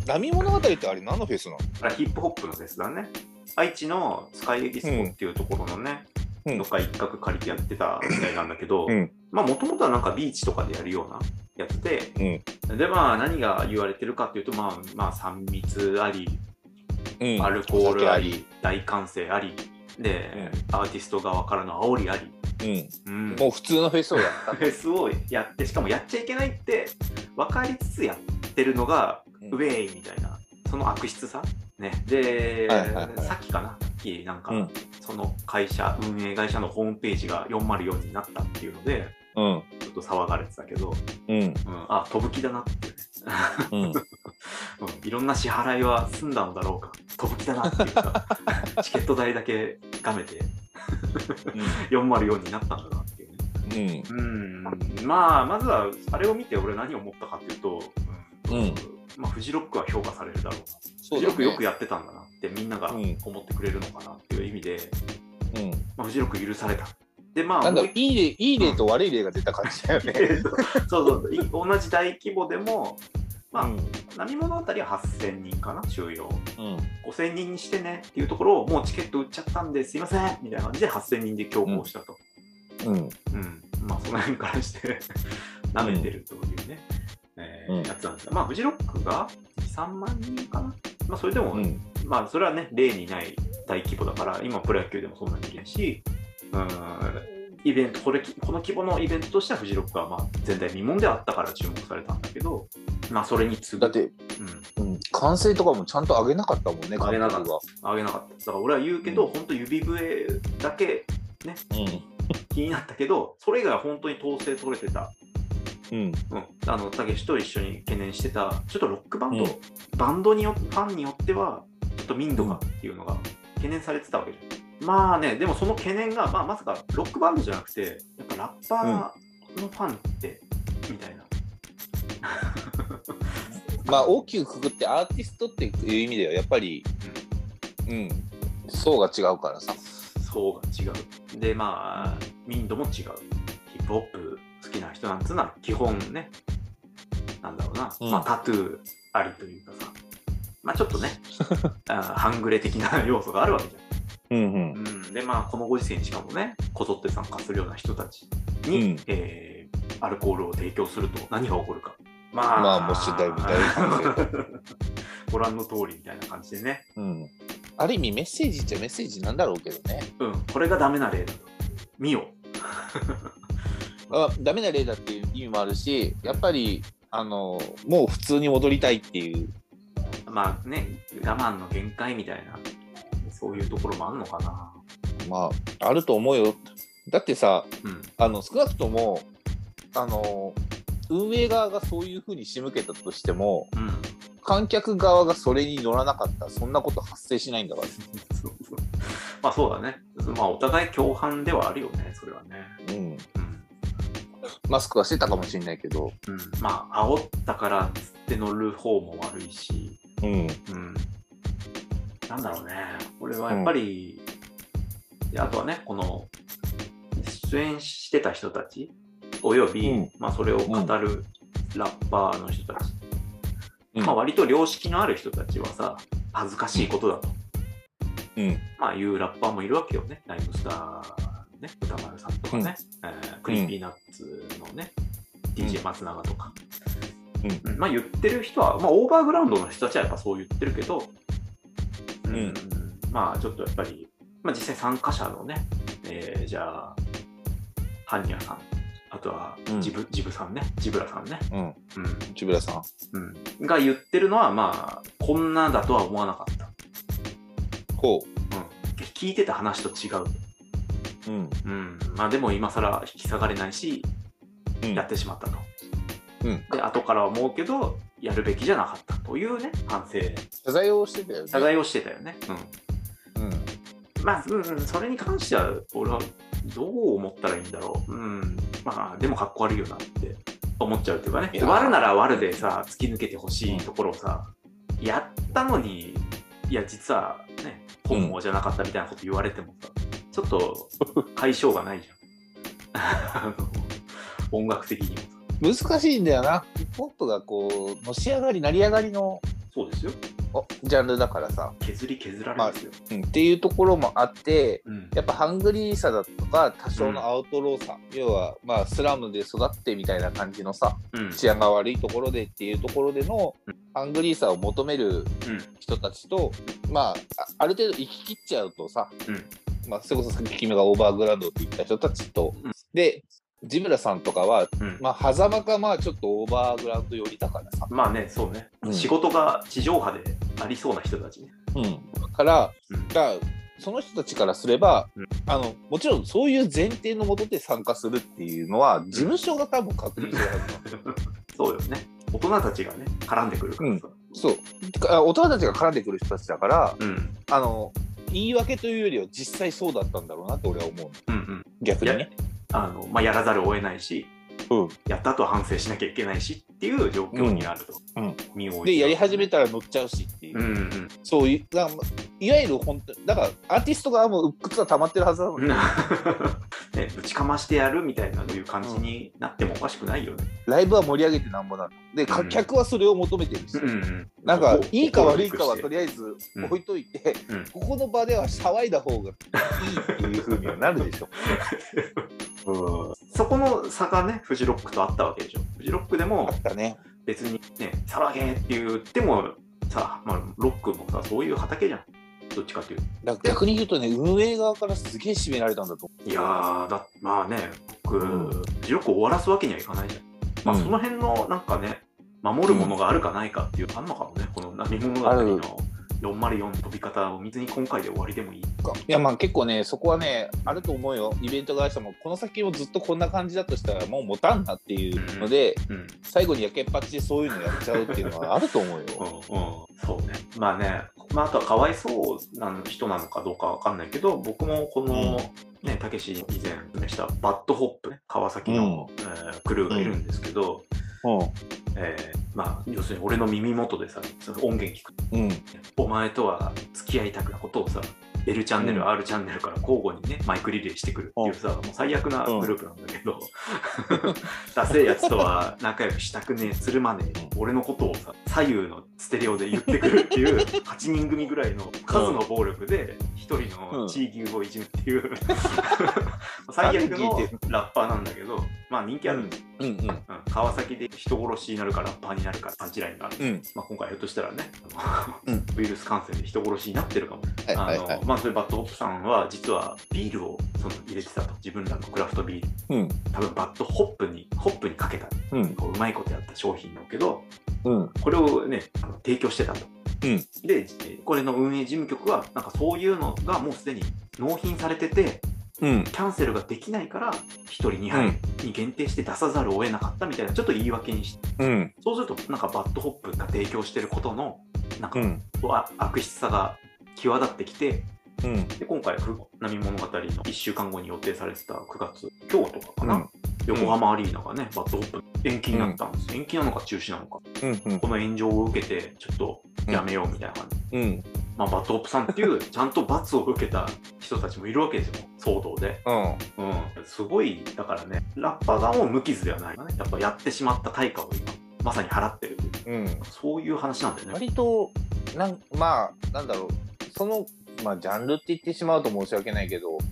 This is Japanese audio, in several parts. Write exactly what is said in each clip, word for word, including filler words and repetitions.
波物語ってあれ何のフェスなの？ あれヒップホップのフェスだね。愛知のスカイエキスポっていうところのね、うん、どっか一角借りてやってたみたいなんだけど、うん、まあもともとはなんかビーチとかでやるようなやつで、うん、でまあ何が言われてるかっていうと、まあまあさん密あり、うん、アルコールあり、大歓声ありで、うん、アーティスト側からの煽りあり、 うんうん、もう普通のフェスをやったフェスをやって、しかもやっちゃいけないって分かりつつやってるのが、うん、ウェイみたいな、その悪質さね。で、はいはいはい、さっきかな、さっきなんか、うん、その会社運営会社のホームページがよんまるよんになったっていうので、うん、ちょっと騒がれてたけど、うんうん、あ、飛ぶ気だなっていうね、うんうん、いろんな支払いは済んだのだろうか、飛ぶ気だなっていうかチケット代だけがめてよんまるよんになったんだなっていうね、うんうん、まあまずはあれを見て俺何を思ったかっていうと、うんうんまあ、フジロックは評価されるだろうな、フジロックよくやってたんだなってみんなが思ってくれるのかなっていう意味で、うんまあ、フジロック許された。でまあ、 なんだいい例、いい例と悪い例が出た感じだよね、 うん、そうそう同じ大規模でもまあ、うん、波物語ははっせんにんかな収容、うん、ごせんにんにしてねっていうところをもうチケット売っちゃったんですいませんみたいな感じではっせんにんで強行したと、うんうん、まあその辺からして舐めてるというね、うんえーうん、やつなんですが、まあフジロックがさんまんにんかな、まあそれでも、うん、まあそれはね例にない大規模だから今プロ野球でもそんなにいるし、うんイベントこれこの規模のイベントとしてはフジロックはまあ前代未聞であったから注目されたんだけど、まあそれに次ぐだって、うんうん、完成とかもちゃんと上げなかったもんね。 上げなかった上げなかっただから俺は言うけど、うん、本当指笛だけね、うん、気になったけどそれ以外は本当に統制取れてた。うんうん、あのたけしと一緒に懸念してたちょっとロックバンド、うん、バンドによファンによってはちょっと民度がっていうのが懸念されてたわけじゃん。まあねでもその懸念が、まあ、まさかロックバンドじゃなくてやっぱラッパーのファンって、うん、みたいなまあ大きくくくってアーティストっていう意味ではやっぱり、うん、うん、層が違うからさ。 層が違うでまあ民度も違う。ヒップホップ好きな人なんつうのは基本ねなんだろうな、うんまあ、タトゥーありというかさまあちょっとねあ半グレ的な要素があるわけじゃん。うんうんうん、でまあこのご時世にしかもねこぞって参加するような人たちに、うんえー、アルコールを提供すると何が起こるかまあまあもしだいぶだいぶご覧の通りみたいな感じでね、 うん、ある意味メッセージっちゃメッセージなんだろうけどね。 うんこれがダメな例だと見よあダメな例だっていう意味もあるしやっぱりあのもう普通に戻りたいっていうまあね我慢の限界みたいなそういうところもあるのかな。 まああると思うよ。だってさ、うん、あの少なくともあの運営側がそういう風に仕向けたとしても、うん、観客側がそれに乗らなかったらそんなこと発生しないんだから。 そうそうまあそうだね。まあお互い共犯ではあるよねそれはね。うん。うん、 マスクはしてたかもしれないけど、 うん、まあ煽ったからっつって乗る方も悪いし。うん。うんなんだろうねこれはやっぱり、うん、であとはねこの出演してた人たちおよび、うんまあ、それを語るラッパーの人たち、うんまあ、割と良識のある人たちはさ恥ずかしいことだと、うんまあ、いうラッパーもいるわけよね。ライムスター、ね、歌丸さんとかね、うんえー、クリーピーナッツのね、うん、ディージェー 松永とか、うんうんまあ、言ってる人は、まあ、オーバーグラウンドの人たちはやっぱそう言ってるけどうんうん、まあちょっとやっぱり、まあ、実際参加者のね、えー、じゃあハンニャさんあとはジブ、うん、ジブさんねジブラさんね、うんうん、 ジブラさん、 うん、が言ってるのはまあこんなだとは思わなかったほう、 うん、聞いてた話と違う、うんうん、まあでも今更引き下がれないし、うん、やってしまったと、うん、で後から思うけどやるべきじゃなかったというね反省謝罪をしてたよね謝罪をしてたよねうん、うん、まあ、うん、それに関しては俺はどう思ったらいいんだろううんまあでもかっこ悪いよなって思っちゃうっていうかね悪なら悪でさ突き抜けてほしいところをさ、うん、やったのにいや実はね本望じゃなかったみたいなこと言われてもさ、うん、ちょっと解消がないじゃん音楽的にも難しいんだよな。ヒップホップがこうのし上がり成り上がりのそうですよ。 ジャンルだからさ、 削り削られますよ、 まあうん、っていうところもあって、 うん、 やっぱハングリーさだとか多少のアウトローさ、うん、要はまあスラムで育ってみたいな感じのさ、うん、治安が悪いところでっていうところでの、うん、ハングリーさを求める人たちと、うん、まあある程度生き切っちゃうとさ、うんまあ、それこそさっき君がオーバーグラウンドって言った人たちと、うん、でジムラさんとかは、うん、まあ狭間かまあちょっとオーバーグラウンド寄りだからさ、 まあねそうね、うん、仕事が地上波でありそうな人たちね、 うん、から、うん、だその人たちからすれば、うん、あのもちろんそういう前提のもとで参加するっていうのは、うん、事務所が多分確認してるはずなんだよそうよね、大人たちがね絡んでくるからさ、 うん、そう大人たちが絡んでくる人たちだから、うん、あの言い訳というよりは実際そうだったんだろうなって俺は思う、うんうん、逆にねあの、まあ、やらざるを得ないし、うん、やった後は反省しなきゃいけないしっていう状況にあると、うんうん、身を置いてでやり始めたら乗っちゃうしっていう、うんうん、そういうだいわゆる本当だからアーティストがもう鬱屈が溜まってるはずだもんねね、ぶちかましてやるみたいないう感じになってもおかしくないよね、 うん、ライブは盛り上げてなんぼなので、うん、客はそれを求めてるし、うんうん、なんかいいか悪いかはとりあえず置いといて、うんうん、ここの場では騒いだ方がいいっていう風にはなるでしょうん、そこの差がねフジロックとあったわけでしょ。フジロックでも別にね騒げって言ってもさ、まあ、ロックもさそういう畑じゃん、どっちかっていうと。 だから逆に言うとね運営側からすげえ締められたんだと思う。いやーだまあね僕、うん、フジロック終わらすわけにはいかないじゃん、まあ、その辺のなんかね守るものがあるかないかっていう、うん、あんのかもね、この波物語のよんまるよんの飛び方を見ずに今回で終わりでもいいか。 いやまあ結構ねそこはねあると思うよ。イベント会社もこの先もずっとこんな感じだとしたらもう持たんなっていうので、うんうん、最後にやけっぱちでそういうのやっちゃうっていうのはあると思うようん、うん、そうね。まあね、まあ、あとはかわいそうな人なのかどうかわかんないけど、僕もこの、うん、ねたけし以前示したバッドホップ、ね、川崎の、うんえー、クルーがいるんですけど、うんうんえー、まあ要するに俺の耳元でさ音源聞く、うん、お前とは付き合いたくなことをさ L チャンネル、うん、R チャンネルから交互にねマイクリレーしてくるっていうさ、うん、もう最悪なグループなんだけど、うん、ダセえやつとは仲良くしたくねえつるまねえ、俺のことをさ左右のステレオで言ってくるっていうはちにん組ぐらいの数の暴力でひとりの地域をいじめっていう、うん、最悪のラッパーなんだけどまあ人気あるんです、うんうんうん、川崎で人殺しになるかラッパーになるかパンチラインがある、うんまあ、今回ひょっとしたらねうん、ウイルス感染で人殺しになってるかも、はいはいはい、あのまあそれバッドホップさんは実はビールをその入れてたと、自分らのクラフトビール、うん、多分バッドホップにホップにかけた、うん、こううまいことやった商品だけど、うん、これをねあの提供してたと、うん、でこれの運営事務局はなんかそういうのがもうすでに納品されててうん、キャンセルができないからひとりにはいに限定して出さざるを得なかったみたいなちょっと言い訳にして、うん、そうするとなんかバッドホップが提供してることのなんか、うん、悪質さが際立ってきて、うん、で今回波物語のいっしゅうかんごに予定されてたくがつ今日とかかな、うん、横浜アリーナがねバッドホップ延期になったんです、うん、延期なのか中止なのか、うんうん、この炎上を受けてちょっとやめようみたいな感じ、うんまあ、バッドホップさんっていうちゃんと罰を受けた人たちもいるわけですよ、騒動で、うんうん、すごいだからねラッパー側も無傷ではない、ね、やっぱやってしまった対価を今まさに払ってる、うん、そういう話なんだよね。 割となんまあなんだろうそのまあジャンルって言ってしまうと申し訳ないけど、うん、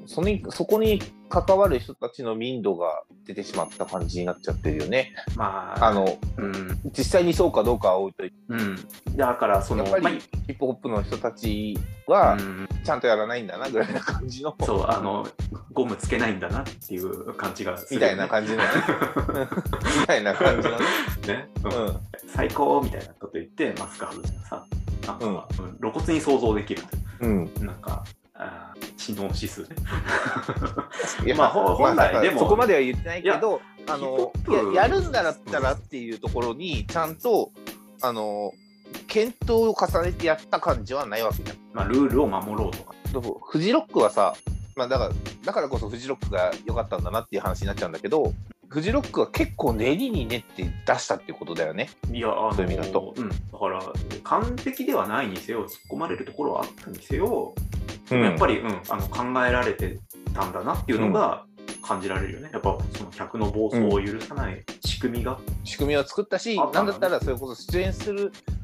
そにそこに関わる人たちの民度が出てしまった感じになっちゃってるよね。まああの、うん、実際にそうかどうかは置いといて、うん、 だからそのやっぱりヒップホップの人たちはちゃんとやらないんだなぐらいな感じの、 うん、そうあのゴムつけないんだなっていう感じがする、 ね、みたいな感じのねみたいな感じのねね、うんうん、最高みたいなこと言ってマスク外してさなんか、うん、露骨に想像できる、うん、なんかあ知能指数ねいやまあ本来でもそこまでは言ってないけどあの や, やるんだったらっていうところにちゃんとあの検討を重ねてやった感じはないわけじゃん、 まあ、ルールを守ろうとか。 フジロックはさ、まあ、だからだからこそフジロックが良かったんだなっていう話になっちゃうんだけどフジロックは結構練りに練って出したっていうことだよね。 いや、あのー、そういう意味だと、うん、だから完璧ではないにせよ突っ込まれるところはあったにせよ、うん、やっぱり、うん、あの考えられてたんだなっていうのが感じられるよね。やっぱその客の暴走を許さない仕組みが、 うん、仕組みを作ったし、なんだったらそれこそ出演する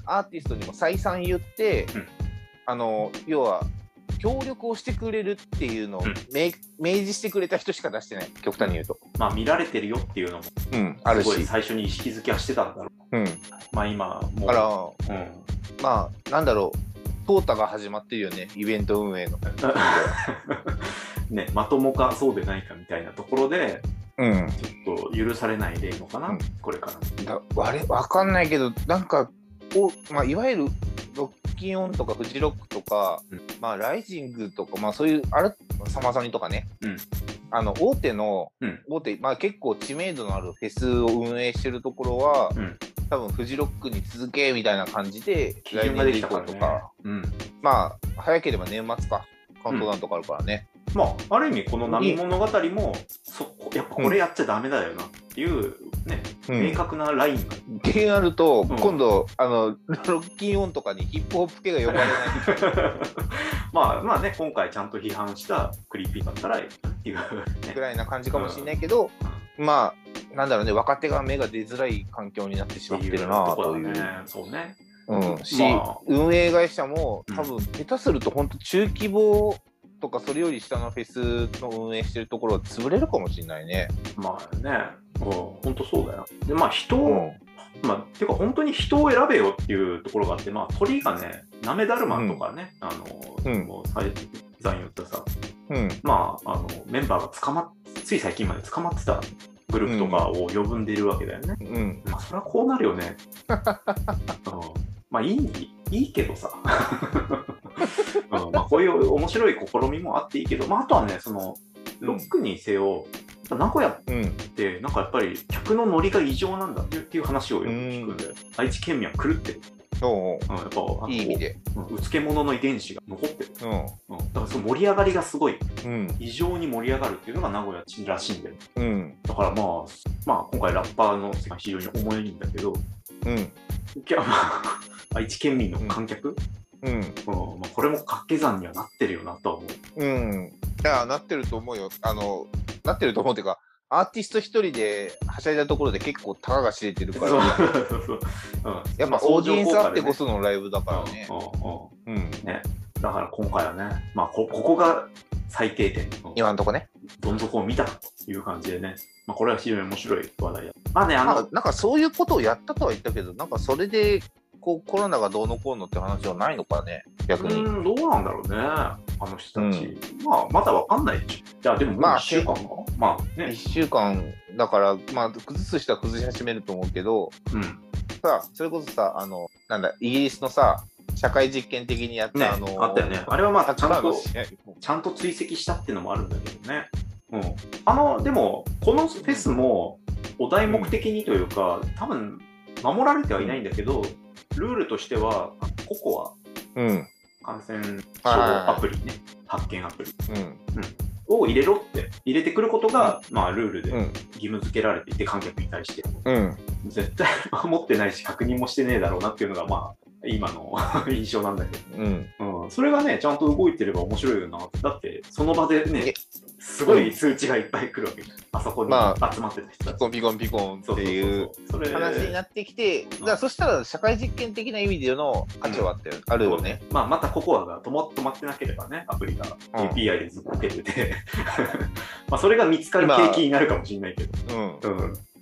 アーティストにも再三言って、うん、あの要は協力をしてくれるっていうのを、うん、明, 明示してくれた人しか出してない、極端に言うと。 まあ見られてるよっていうのも、うん、あるし、すごい最初に意識づけはしてたんだろう。うん、まあ今もう、 あら、うん、まあなんだろう、淘汰が始まってるよね、イベント運営の。 ね、まともかそうでないかみたいなところで、うん、ちょっと許されない例のかな、うん、これから。 だあれわかんないけど、なんかお、まあ、いわゆるロッキンオンとかフジロックとか、うん、まあ、ライジングとか、まあ、そういうあれサマソニとかね、うん、あの大手の、うん、大手、まあ、結構知名度のあるフェスを運営してるところは、うん、多分フジロックに続けみたいな感じで基準ができたからね、 来年以降とか、うん、まあ早ければ年末かカウントダウンとかあるからね、 うん、まあある意味この波物語もそこやっぱこれやっちゃダメだよなっていうね、うん、明確なラインがってなると、うん、今度あのロッキンオンとかにヒップホップ系が呼ばれないまあまあね、今回ちゃんと批判したクリーピーだったらっていう、ね、 ぐらいな感じかもしれないけど、うん、まあなんだろうね、若手が芽が出づらい環境になってしまってるなという、 そうね、 うん、し、まあ、運営会社も多分下手すると本当中規模とかそれより下のフェスの運営してるところは潰れるかもしれないね。 まあね、うん、本当そうだよ。でまあ人を、うん、まあてか本当に人を選べよっていうところがあって、まあ鳥がね、なめだるまとかね、うん、あの、うん、もう最前言ったさ、うん、まああのメンバーが捕まっつい最近まで捕まってたグループとかを呼んでいるわけだよね。うん、まあそれはこうなるよね。うん、まあいいいいけどさ。うん、まあこういう面白い試みもあっていいけど、まああとはね、そのロックにせよ、うん、名古屋ってなんかやっぱり客のノリが異常なんだっていう話をよく聞くんで、うん、愛知県民は狂ってる。 うん、やっぱいい意味で、 うん、うつけ者の遺伝子が残ってる、うんうん、だからその盛り上がりがすごい、うん、異常に盛り上がるっていうのが名古屋らしいんだよ、うん、だからまあ、まあ今回ラッパーの世界非常に重いんだけど、うん、愛知県民の観客、うんうんうんまあ、これも掛け算にはなってるよなとは思う。 うん、いやなってると思うよ。あのなってると思うっていうか、アーティスト一人ではしゃいだところで結構たかが知れてるから、そうそうそう、うん、やっぱオーディエンスあってこそのライブだからね。 うんうんうんね、だから今回はね、まあ、こ, ここが最低点の今のとこね、 どん底を見たという感じでね、まあ、これは非常に面白い話題だ。まあね、あのなんかそういうことをやったとは言ったけど、なんかそれでこうコロナがどうのこうのって話はないのかね、逆に。 うん、どうなんだろうね、あの人たち。うん、まあ、まだわかんないでしょ。じゃあ、でももういっしゅうかんか、まあ、まあね。 いっしゅうかんだから、まあ、崩す人は崩し始めると思うけど、うん、さあ、それこそさ、あの、なんだ、イギリスのさ、社会実験的にやった、ね、あのあったよね。あれはまあ、ちゃんと、ちゃんと追跡したっていうのもあるんだけどね。うん。あの、でも、このフェスも、お題目的にというか、うん、多分、守られてはいないんだけど、ルールとしては、ココア、うん、感染症アプリね、発見アプリ、うんうん、を入れろって入れてくることが、うんまあ、ルールで義務付けられていて、観客に対して、うん、絶対守ってないし確認もしてねえだろうなっていうのが、まあ、今の印象なんだけど、うんうん、それがねちゃんと動いてれば面白いよな。だってその場でねすごい数値がいっぱい来るわけ、うん、あそこに集まってた人たち、 まあ、ピコンピコンピコンっていう話になってきて、だからそしたら社会実験的な意味での価値はあって、うん、あるよね。 まあ、またココアが止ま、止まってなければね、アプリが エーピーアイ でずっと受けてて、まあそれが見つかる契機になるかもしれないけど、うんうん、